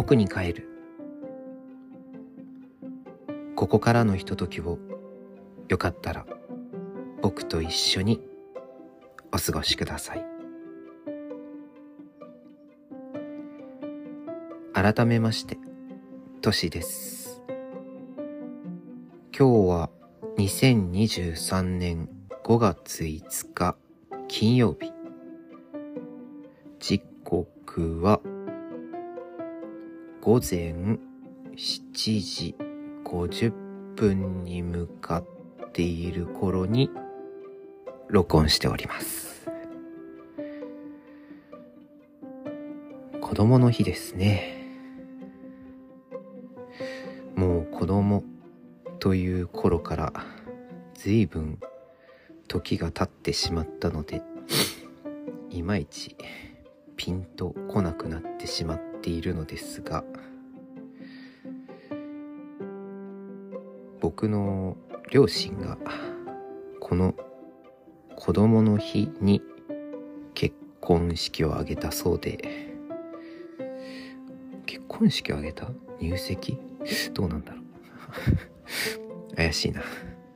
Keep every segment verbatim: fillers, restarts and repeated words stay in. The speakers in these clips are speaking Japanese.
僕に帰る。ここからのひとときをよかったら僕と一緒にお過ごしください。改めましてトシです。今日はにせんにじゅうさんねんごがついつか金曜日。時刻は午前しちじごじゅっぷんに向かっている頃に録音しております。子供の日ですね。もう子供という頃から随分時が経ってしまったので、いまいちピンとこなくなってしまっているのですが、僕の両親がこの子供の日に結婚式を挙げたそうで、結婚式を挙げた？入籍？どうなんだろう怪しいな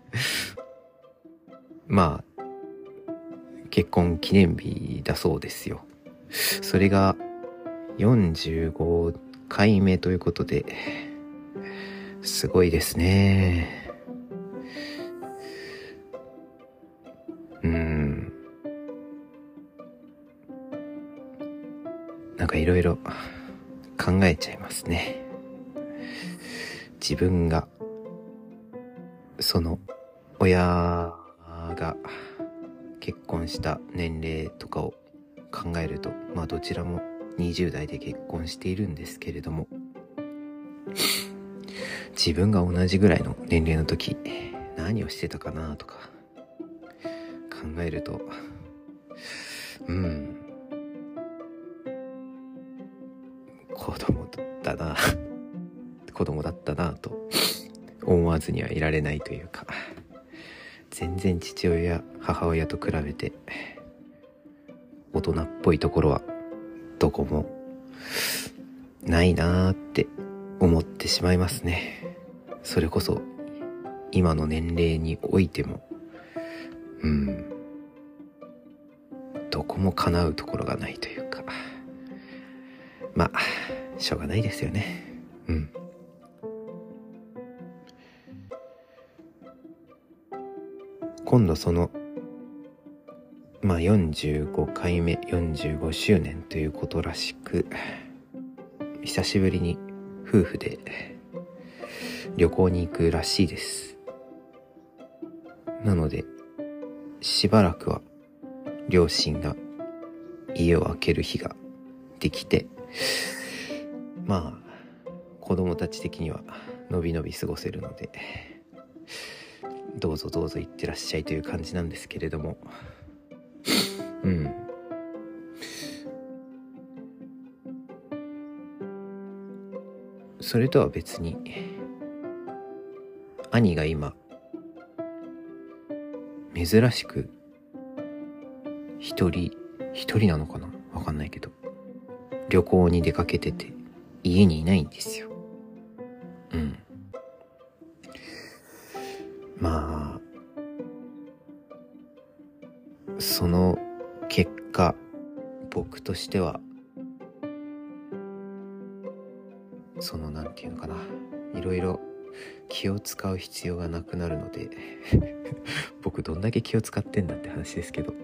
まあ結婚記念日だそうですよ。それがよんじゅうごかいめということで、すごいですね。うーん。なんかいろいろ考えちゃいますね。自分がその親が結婚した年齢とかを考えると、まあどちらもにじゅうだいで結婚しているんですけれども、自分が同じぐらいの年齢の時何をしてたかなとか考えると、うん子供だな子供だったなと思わずにはいられないというか、全然父親や母親と比べて大人っぽいところはどこもないなーって思ってしまいますね。それこそ今の年齢においても、うんどこも叶うところがないというか、まあしょうがないですよね。うん今度そのまあよんじゅうごかいめよんじゅうごしゅうねんということらしく、久しぶりに夫婦で旅行に行くらしいです。なのでしばらくは両親が家を空ける日ができて、まあ子供たち的にはのびのび過ごせるので、どうぞどうぞ行ってらっしゃいという感じなんですけれども、うんそれとは別に兄が今珍しく一人一人なのかな、わかんないけど旅行に出かけてて家にいないんですよ。うんまあその結果、僕としてはそのなんていうのかな、いろいろ気を使う必要がなくなるので僕どんだけ気を使ってんだって話ですけど、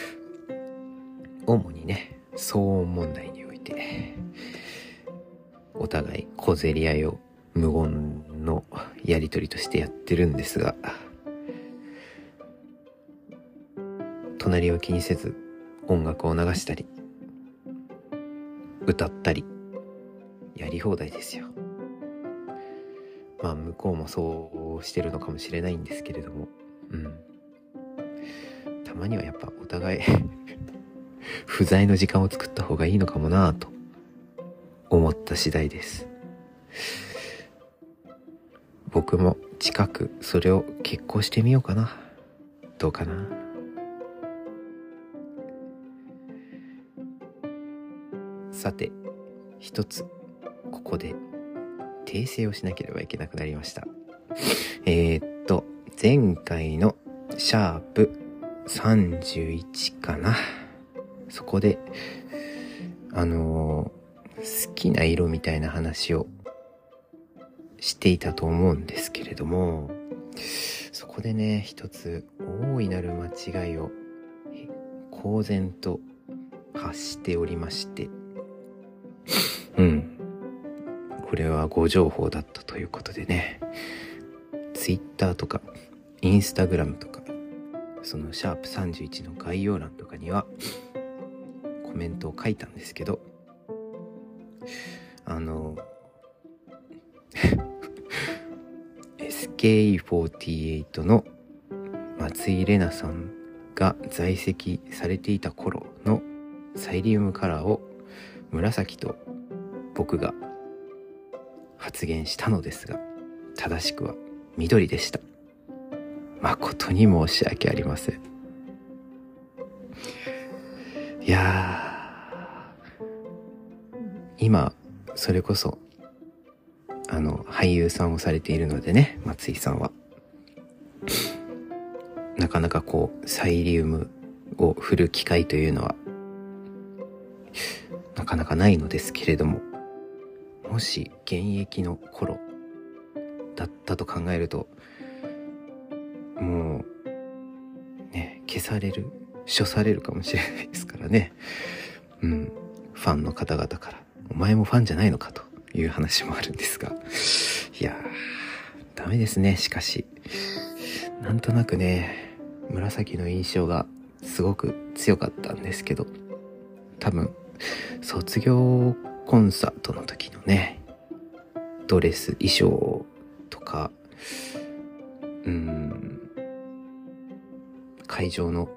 主にね騒音問題においてお互い小競り合いを無言のやり取りとしてやってるんですが、隣を気にせず音楽を流したり歌ったりやり放題ですよ。まあ向こうもそうしてるのかもしれないんですけれども、うんたまにはやっぱお互い不在の時間を作った方がいいのかもなぁと思った次第です。僕も近くそれを決行してみようかな。どうかな。さて一つここで訂正をしなければいけなくなりました。えー、っと前回のシャープさんじゅういちかな、そこであのー、好きな色みたいな話をしていたと思うんですけれども、そこでね一つ大いなる間違いを公然と発しておりまして、うんこれは誤情報だったということでね、ツイッターとかインスタグラムとかそのシャープさんじゅういちの概要欄とかにはコメントを書いたんですけど、あのエスケーイーフォーティーエイト の松井玲奈さんが在籍されていた頃のサイリウムカラーを紫と僕が発言したのですが、正しくは緑でした。誠に申し訳ありません。いやー、今それこそあの俳優さんをされているのでね、松井さんはなかなかこうサイリウムを振る機会というのはなかなかないのですけれども、もし現役の頃だったと考えると、もうね消される処されるかもしれないですからね。うんファンの方々からお前もファンじゃないのかという話もあるんですが、いやーダメですね。しかしなんとなくね紫の印象がすごく強かったんですけど、多分卒業コンサートの時のねドレス衣装とか、うーん会場の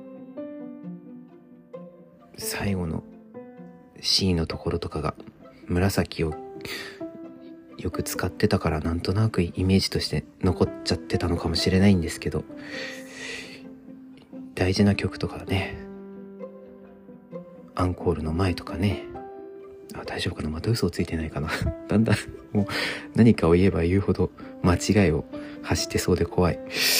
最後のシーンのところとかが紫をよく使ってたから、なんとなくイメージとして残っちゃってたのかもしれないんですけど、大事な曲とかね、アンコールの前とかね、あ大丈夫かな、また嘘をついてないかなだんだんもう何かを言えば言うほど間違いを発してそうで怖い。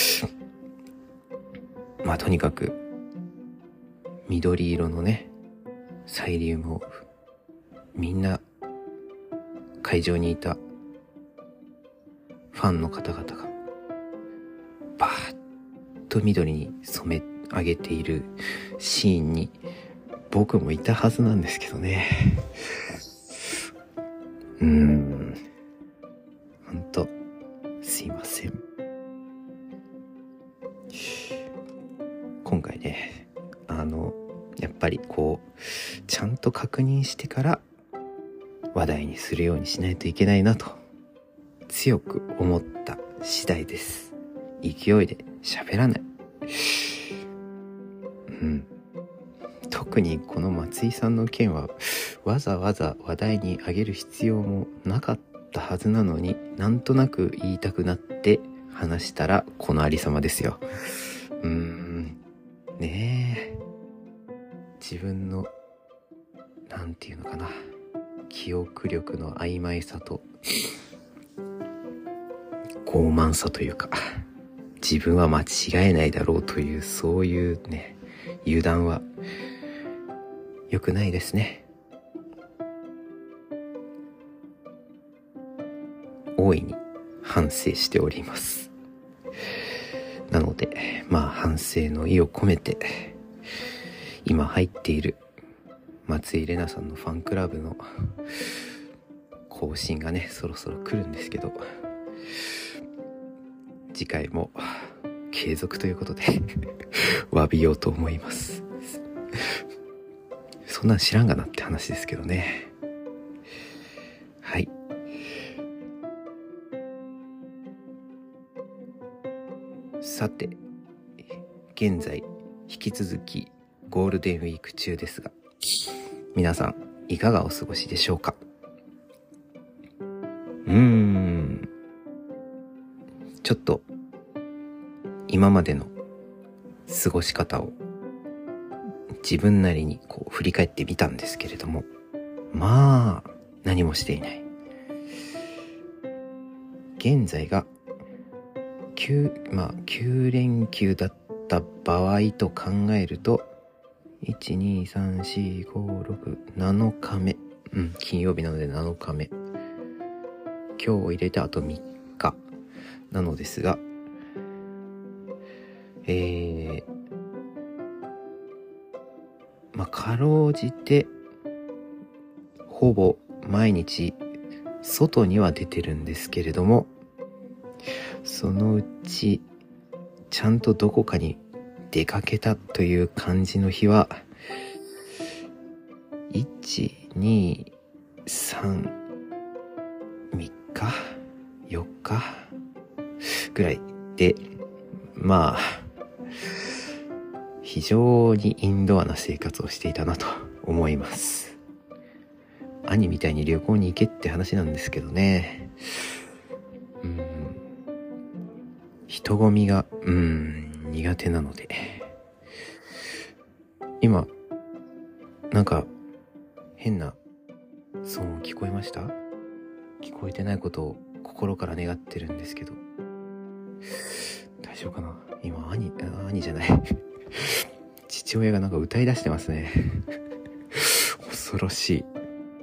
まあとにかく緑色のねサイリウムをみんな会場にいたファンの方々がバーッと緑に染め上げているシーンに僕もいたはずなんですけどね。うーんほんとすいません。今回ねあのやっぱりこうちゃんと確認してから話題にするようにしないといけないなと強く思った次第です。勢いで喋らない。うん特にこの松井さんの件はわざわざ話題に上げる必要もなかったはずなのに、なんとなく言いたくなって話したらこのありさまですよ。うーんねえ自分のなんていうのかな、記憶力の曖昧さと傲慢さというか、自分は間違えないだろうというそういうね油断は良くないですね。大いに反省しております。なのでまあ反省の意を込めて今入っている松井玲奈さんのファンクラブの更新がねそろそろ来るんですけど、次回も継続ということで詫びようと思います。そんなん知らんがなって話ですけどね。はい。さて現在引き続きゴールデンウィーク中ですが、皆さんいかがお過ごしでしょうか。うーんちょっと今までの過ごし方を自分なりにこう振り返ってみたんですけれども、まあ何もしていない。現在が9まあきゅう連休だった場合と考えると、いち、に、さん、よん、ご、ろく、なのかめ、うん、金曜日なのでなのかめ、今日を入れてあとみっかなのですが、えー、まあかろうじてほぼ毎日外には出てるんですけれども、そのうちちゃんとどこかに出かけたという感じの日はいち、に、さん、みっか、よっかぐらいで、まあ非常にインドアな生活をしていたなと思います。兄みたいに旅行に行けって話なんですけどね。うん、人混みがうん苦手なので、今なんか変な騒音聞こえました？聞こえてないことを心から願ってるんですけど、大丈夫かな？今兄兄じゃない父親がなんか歌い出してますね恐ろしい。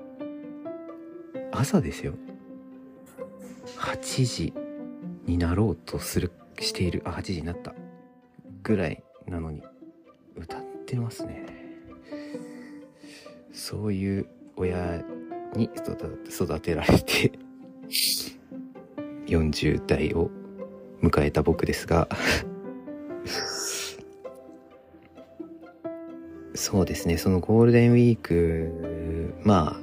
朝ですよ。はちじになろうとするしているあはちじになったぐらいなのに歌ってますね。そういう親に育てられてよんじゅう代を迎えた僕ですがそうですね、そのゴールデンウィーク、ま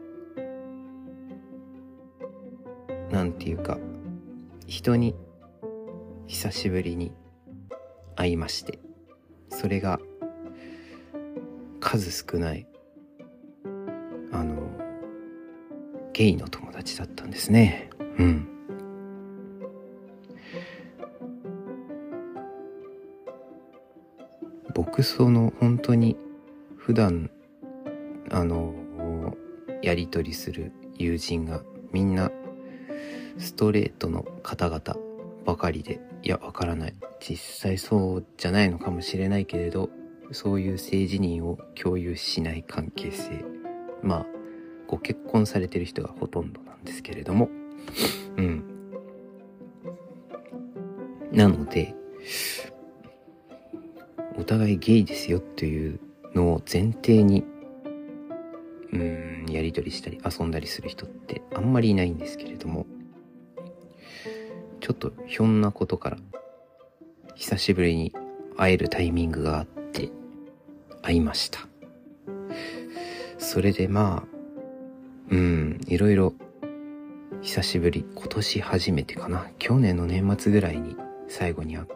あなんていうか、人に久しぶりに会いまして、それが数少ないあのゲイの友達だったんですね。うん。僕その本当に普段あのやり取りする友人がみんなストレートの方々ばかりで、いやわからない、実際そうじゃないのかもしれないけれど、そういう性自認を共有しない関係性、まあご結婚されてる人がほとんどなんですけれども、うんなのでお互いゲイですよっていうのを前提にうーんやり取りしたり遊んだりする人ってあんまりいないんですけれども、ちょっとひょんなことから久しぶりに会えるタイミングがあって会いました。それでまあうんいろいろ久しぶり、今年初めてかな、去年の年末ぐらいに最後に会って、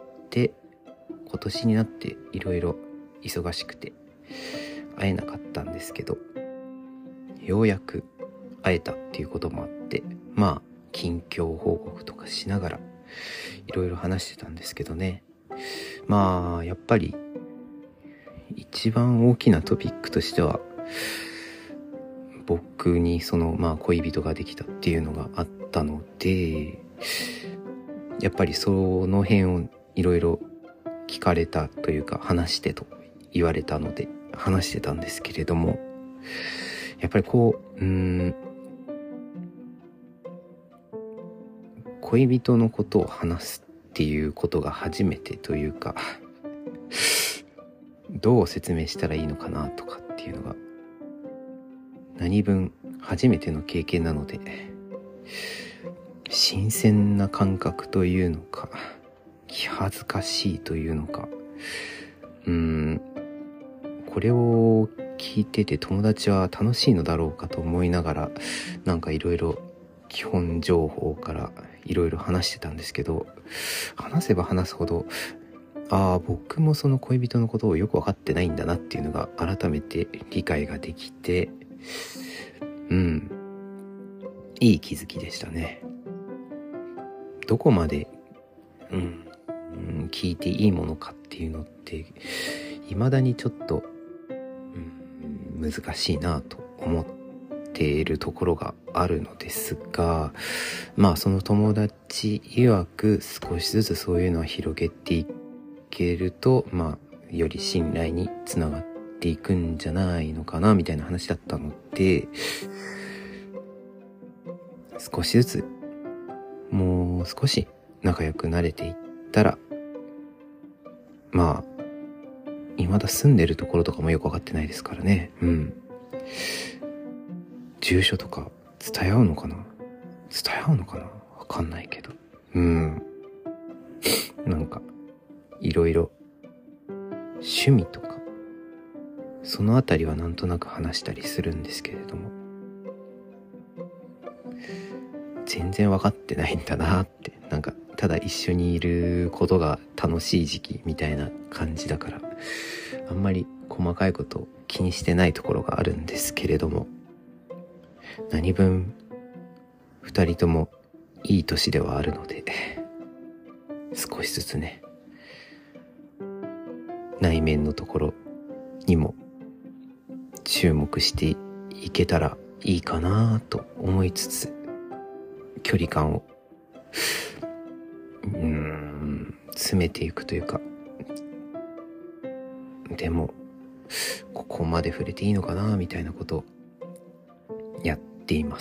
今年になっていろいろ忙しくて会えなかったんですけど、ようやく会えたっていうこともあって、まあ近況報告とかしながらいろいろ話してたんですけどね。まあやっぱり一番大きなトピックとしては、僕にそのまあ恋人ができたっていうのがあったので、やっぱりその辺をいろいろ聞かれたというか、話してと言われたので話してたんですけれども、やっぱりこううーん恋人のことを話すっていうことが初めてというか、どう説明したらいいのかなとかっていうのが何分初めての経験なので、新鮮な感覚というのか気恥ずかしいというのか、うーんこれを聞いてて友達は楽しいのだろうかと思いながら、なんかいろいろ基本情報からいろいろ話してたんですけど、話せば話すほど、ああ僕もその恋人のことをよく分かってないんだなっていうのが改めて理解ができて、うんいい気づきでしたね。どこまで、うん、うん聞いていいものかっていうのって未だにちょっと、うん、難しいなと思っているところがあるのですが、まあその友達曰く少しずつそういうのは広げていけると、まあより信頼につながっていくんじゃないのかなみたいな話だったので、少しずつもう少し仲良くなれていったら、まあ未だ住んでるところとかもよくわかってないですからね。うん。住所とか伝え合うのかな伝え合うのかなわかんないけど。うん。なんか、いろいろ、趣味とか、そのあたりはなんとなく話したりするんですけれども、全然わかってないんだなって、なんか、ただ一緒にいることが楽しい時期みたいな感じだから、あんまり細かいことを気にしてないところがあるんですけれども、何分二人ともいい年ではあるので、少しずつね、内面のところにも注目していけたらいいかなと思いつつ、距離感をうーん詰めていくというか、でもここまで触れていいのかなみたいなことをやっています。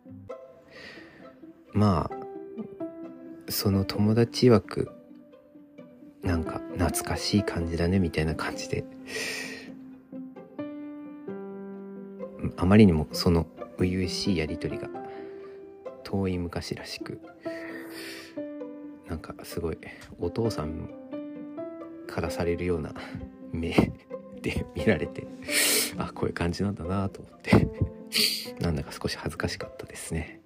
まあその友達曰くなんか懐かしい感じだねみたいな感じで、あまりにもその初々しいやりとりが遠い昔らしく、なんかすごいお父さんからされるような目で見られて、あ、こういう感じなんだなと思ってなんだか少し恥ずかしかったですね。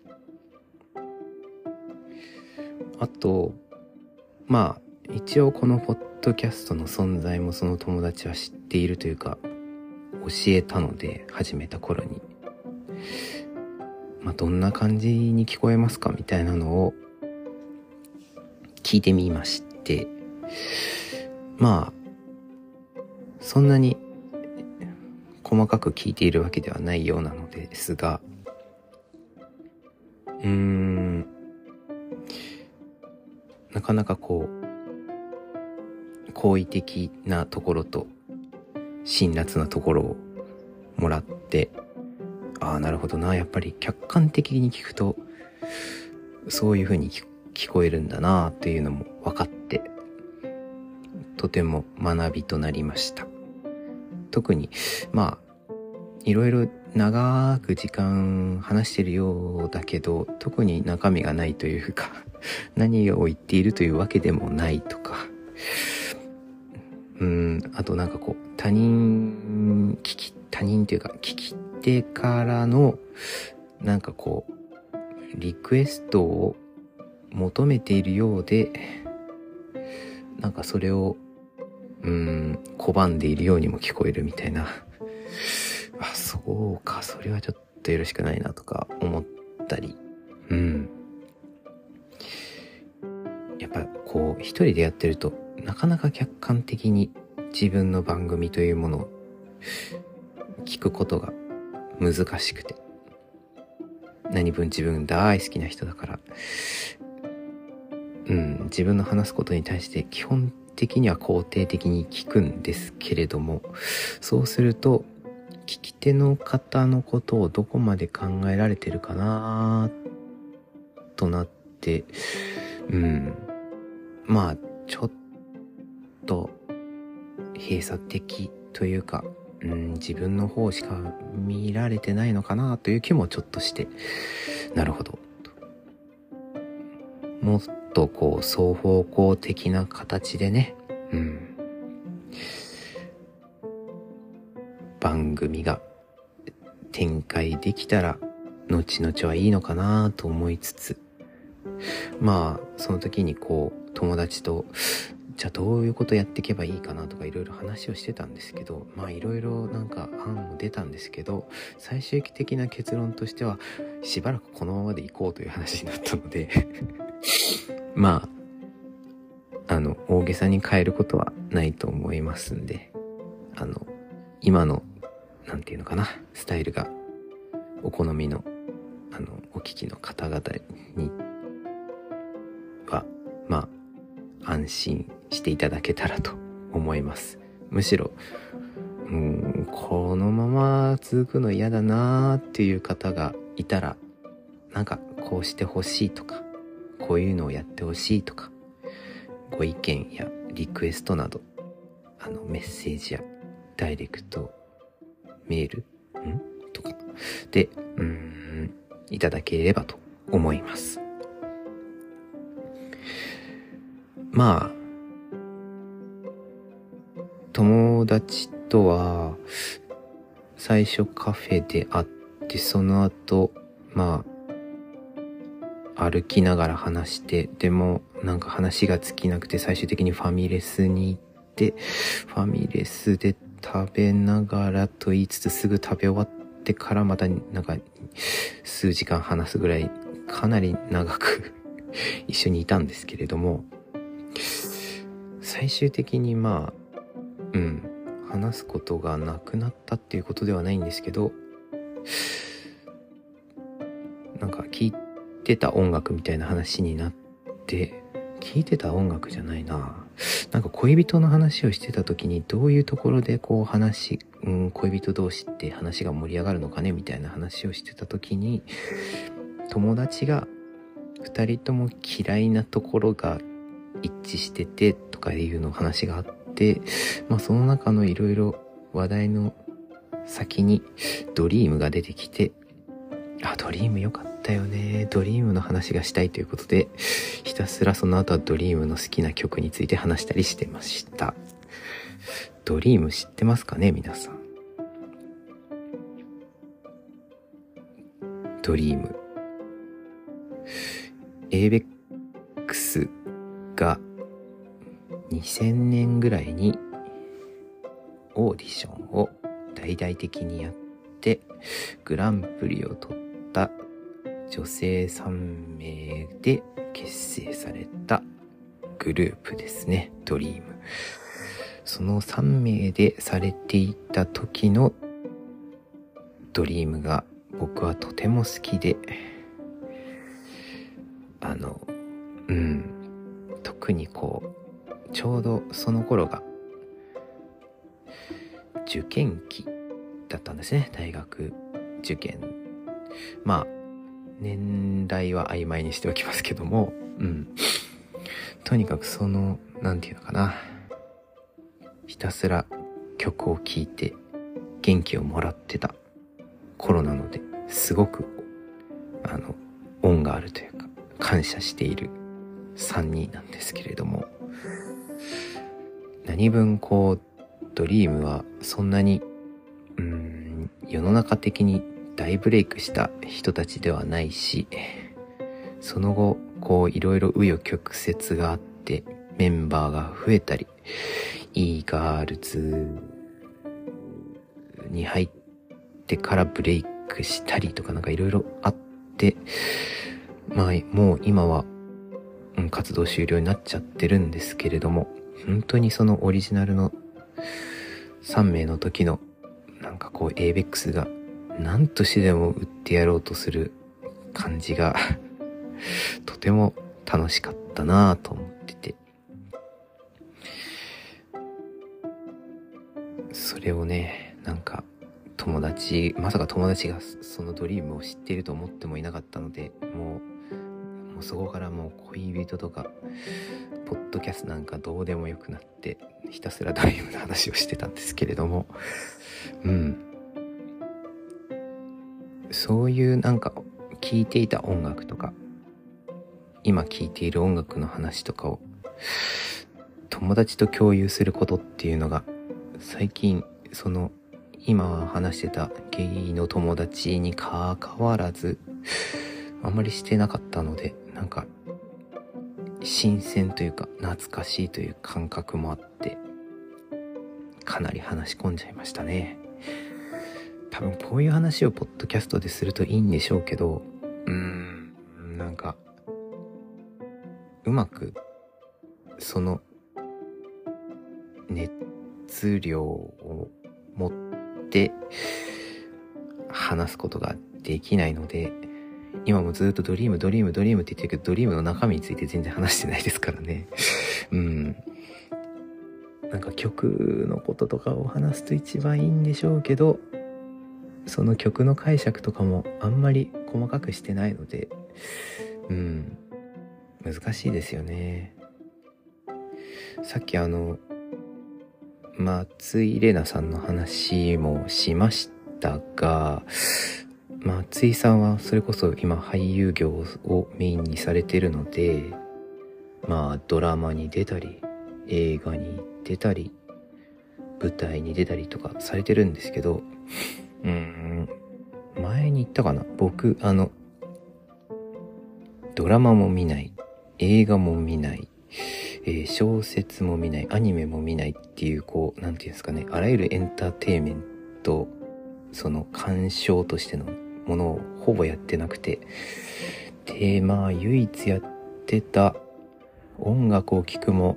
あとまあ一応このポッドキャストの存在もその友達は知っているというか教えたので、始めた頃に、まあ、どんな感じに聞こえますかみたいなのを聞いてみまして、まあそんなに細かく聞いているわけではないようなのですが、うーんなかなかこう好意的なところと辛辣なところをもらって、ああなるほどな、やっぱり客観的に聞くとそういう風に聞こえるんだなっていうのも分かって、とても学びとなりました。特にまあいろいろ長く時間話してるようだけど、特に中身がないというか何を言っているというわけでもないとか、うーんあとなんかこう他人聞き他人というか聞き手からのなんかこうリクエストを求めているようで、なんかそれをうーん拒んでいるようにも聞こえるみたいな、あ、そうか、それはちょっとよろしくないなとか思ったり、うんやっぱこう一人でやってるとなかなか客観的に自分の番組というものを聞くことが難しくて、何分自分大好きな人だから、うん自分の話すことに対して基本的には肯定的に聞くんですけれども、そうすると聞き手の方のことをどこまで考えられてるかなとなって、うんまあちょっと閉鎖的というか、うん、自分の方しか見られてないのかなという気もちょっとして、なるほど、もっとこう双方向的な形でね、うん、番組が展開できたら後々はいいのかなと思いつつ、まあその時にこう友達とじゃあどういうことやっていけばいいかなとかいろいろ話をしてたんですけど、まあいろいろなんか案も出たんですけど、最終的な結論としてはしばらくこのままでいこうという話になったのでまああの大げさに変えることはないと思いますんで、あの今のなんていうのかなスタイルがお好みのあのお聞きの方々にはまあ安心していただけたらと思います。むしろうーんこのまま続くの嫌だなーっていう方がいたら、なんかこうしてほしいとか、こういうのをやってほしいとか、ご意見やリクエストなど、あのメッセージやダイレクトメールんとかでうーんいただければと思います。まあ友達とは最初カフェで会って、その後まあ歩きながら話して、でもなんか話が尽きなくて最終的にファミレスに行って、ファミレスで食べながらと言いつつすぐ食べ終わってからまたなんか数時間話すぐらいかなり長く一緒にいたんですけれども、最終的にまあうん話すことがなくなったっていうことではないんですけど、なんか聞いてた音楽みたいな話になって、聞いてた音楽じゃないな、なんか恋人の話をしてた時にどういうところでこう話、うん、恋人同士って話が盛り上がるのかねみたいな話をしてた時に、友達が二人とも嫌いなところが一致しててとかいうの話があって、まあその中のいろいろ話題の先にドリームが出てきて、あ、ドリーム良かったよね、ドリームの話がしたいということで、ひたすらその後はドリームの好きな曲について話したりしてました。ドリーム知ってますかね皆さん。ドリーム エーベックス がにせんねんぐらいにオーディションを大々的にやってグランプリを取った女性さんめいで結成されたグループですね、ドリーム。そのさんめいでされていた時のドリームが僕はとても好きで、あのうん特にこうちょうどその頃が受験期だったんですね、大学受験。まあ年代は曖昧にしておきますけども、うんとにかくそのなんていうのかな、ひたすら曲を聴いて元気をもらってた頃なので、すごくあの恩があるというか感謝しているさんにんなんですけれども、何分こうドリームはそんなにうーん世の中的に大ブレイクした人たちではないし、その後こういろいろ紆余曲折があってメンバーが増えたり、e ガールズに入ってからブレイクしたりとかなんかいろいろあって、まあもう今は、うん、活動終了になっちゃってるんですけれども、本当にそのオリジナルのさんめいの時のなんかこう エーベックス が何としてでも売ってやろうとする感じがとても楽しかったなぁと思ってて、それをね、なんか友達、まさか友達がそのドリームを知っていると思ってもいなかったので、もう、もうそこからもう恋人とかポッドキャストなんかどうでもよくなって、ひたすらドリームの話をしてたんですけれども、うんそういうなんか聴いていた音楽とか今聴いている音楽の話とかを友達と共有することっていうのが最近その今話してたゲイの友達に関わらずあんまりしてなかったので、なんか新鮮というか懐かしいという感覚もあってかなり話し込んじゃいましたね。多分こういう話をポッドキャストでするといいんでしょうけど、うーんなんかうまくその熱量を持って話すことができないので、今もずっとドリームドリームドリームって言ってるけど、ドリームの中身について全然話してないですからね。うん。なんか曲のこととかを話すと一番いいんでしょうけど、その曲の解釈とかもあんまり細かくしてないので、うん、難しいですよね。さっきあの松井玲奈さんの話もしましたが、松井さんはそれこそ今俳優業をメインにされてるので、まあドラマに出たり映画に出たり舞台に出たりとかされてるんですけど、うーん前に言ったかな、僕あのドラマも見ない、映画も見ない、えー、小説も見ない、アニメも見ないっていう、こうなんていうんですかね、あらゆるエンターテインメント、その鑑賞としてのものをほぼやってなくて、でまあ唯一やってた音楽を聴くも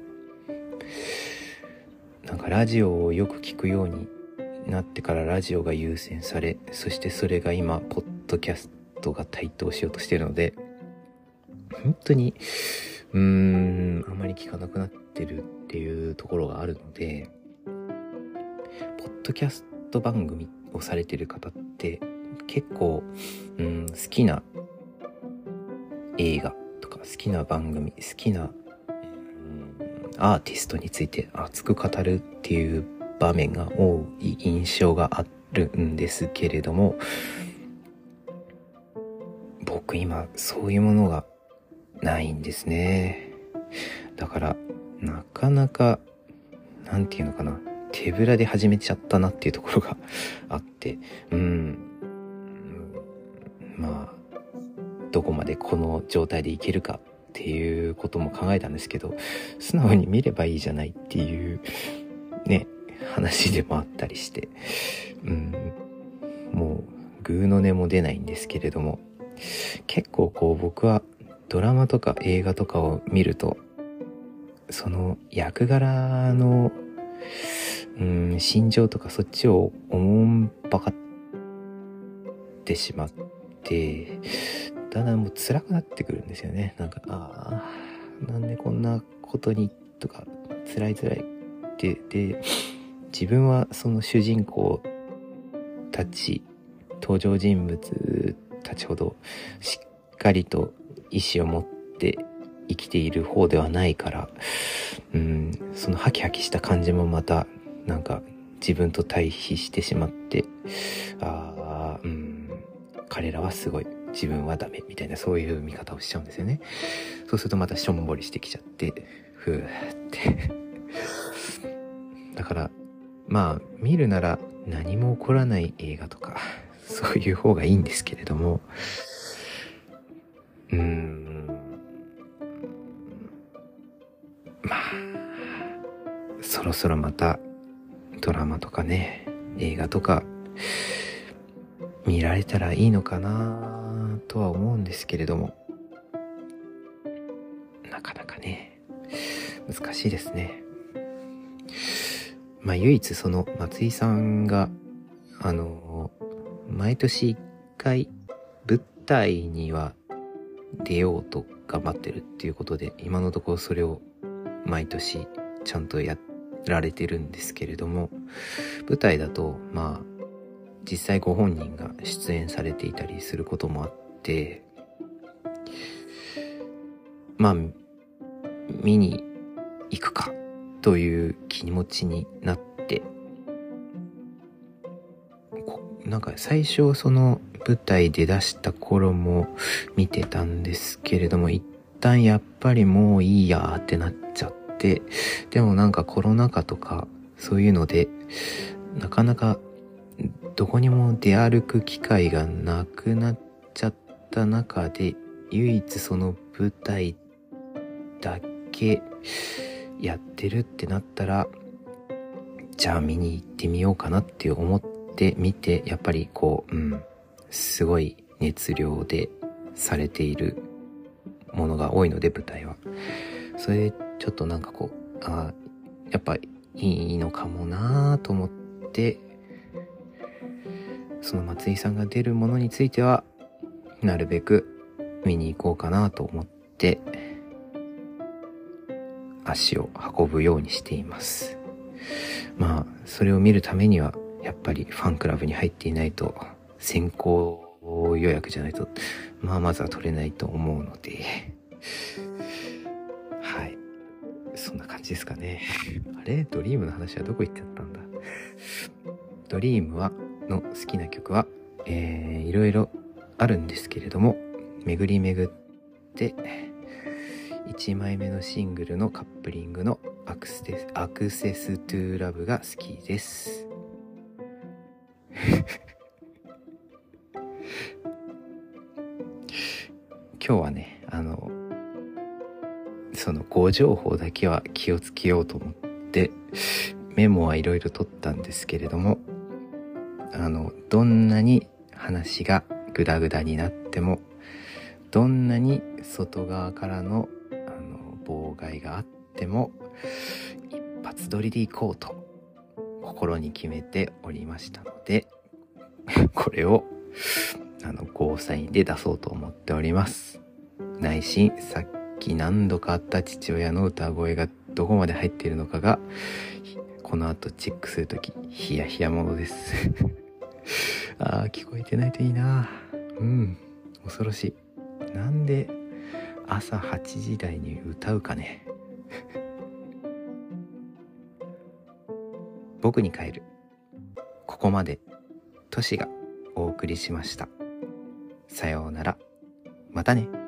なんかラジオをよく聞くようになってからラジオが優先され、そしてそれが今ポッドキャストが台頭しようとしているので、本当にうーんあまり聞かなくなってるっていうところがあるので、ポッドキャスト番組をされてる方って結構うん好きな映画とか好きな番組、好きなアーティストについて熱く語るっていう場面が多い印象があるんですけれども、僕今そういうものがないんですね。だからなかなかなんていうのかな、手ぶらで始めちゃったなっていうところがあって、うんまあどこまでこの状態でいけるかっていうことも考えたんですけど、素直に見ればいいじゃないっていうね話でもあったりして、うんもうグーの音も出ないんですけれども、結構こう僕はドラマとか映画とかを見ると、その役柄のうん心情とかそっちをおもんばかってしまって、だんだんもう辛くなってくるんですよね。なんかああなんでこんなことにとか辛い辛いってで、自分はその主人公たち登場人物たちほどしっかりと意志を持って生きている方ではないから、うんそのハキハキした感じもまたなんか自分と対比してしまって、ああうん彼らはすごい自分はダメみたいな、そういう見方をしちゃうんですよね。そうするとまたしょんぼりしてきちゃってふーってだからまあ見るなら何も起こらない映画とかそういう方がいいんですけれども、うーんまあそろそろまたドラマとかね映画とか見られたらいいのかなとは思うんですけれども、なかなかね難しいですね。まあ唯一その松井さんがあの毎年一回舞台には出ようと頑張ってるっていうことで、今のところそれを毎年ちゃんとやられてるんですけれども、舞台だとまあ実際ご本人が出演されていたりすることもあって、まあ見に行くかという気持ちになって、なんか最初その舞台で出した頃も見てたんですけれども、一旦やっぱりもういいやってなっちゃって、でもなんかコロナ禍とかそういうのでなかなかどこにも出歩く機会がなくなっちゃった中で、唯一その舞台だけやってるってなったら、じゃあ見に行ってみようかなって思って見て、やっぱりこう、うん、すごい熱量でされているものが多いので、舞台は。それでちょっとなんかこう、あやっぱいいのかもなと思って、 その松井さんが出るものについてはなるべく見に行こうかなと思って足を運ぶようにしています。まあそれを見るためにはやっぱりファンクラブに入っていないと、先行予約じゃないとまあまずは取れないと思うので、はい、そんな感じですかね。あれ、ドリームの話はどこ行っちゃったんだ。ドリームはの好きな曲は、えー、いろいろあるんですけれども、巡り巡っていちまいめのシングルのカップリングのアクセス、アクセストゥーラブが好きです。今日はね、あのその誤情報だけは気をつけようと思ってメモはいろいろ取ったんですけれども、あのどんなに話がグダグダになっても、どんなに外側からのあの妨害があっても、一発撮りでいこうと心に決めておりましたので、これをあのゴーサインで出そうと思っております。内心さっき何度かあった父親の歌声がどこまで入っているのかがこの後チェックするときヒヤヒヤものです。あー、聞こえてないといいな。うん、恐ろしい。なんで朝はちじ台に歌うかね。僕に帰る。ここまでトシがお送りしました。さようなら。またね。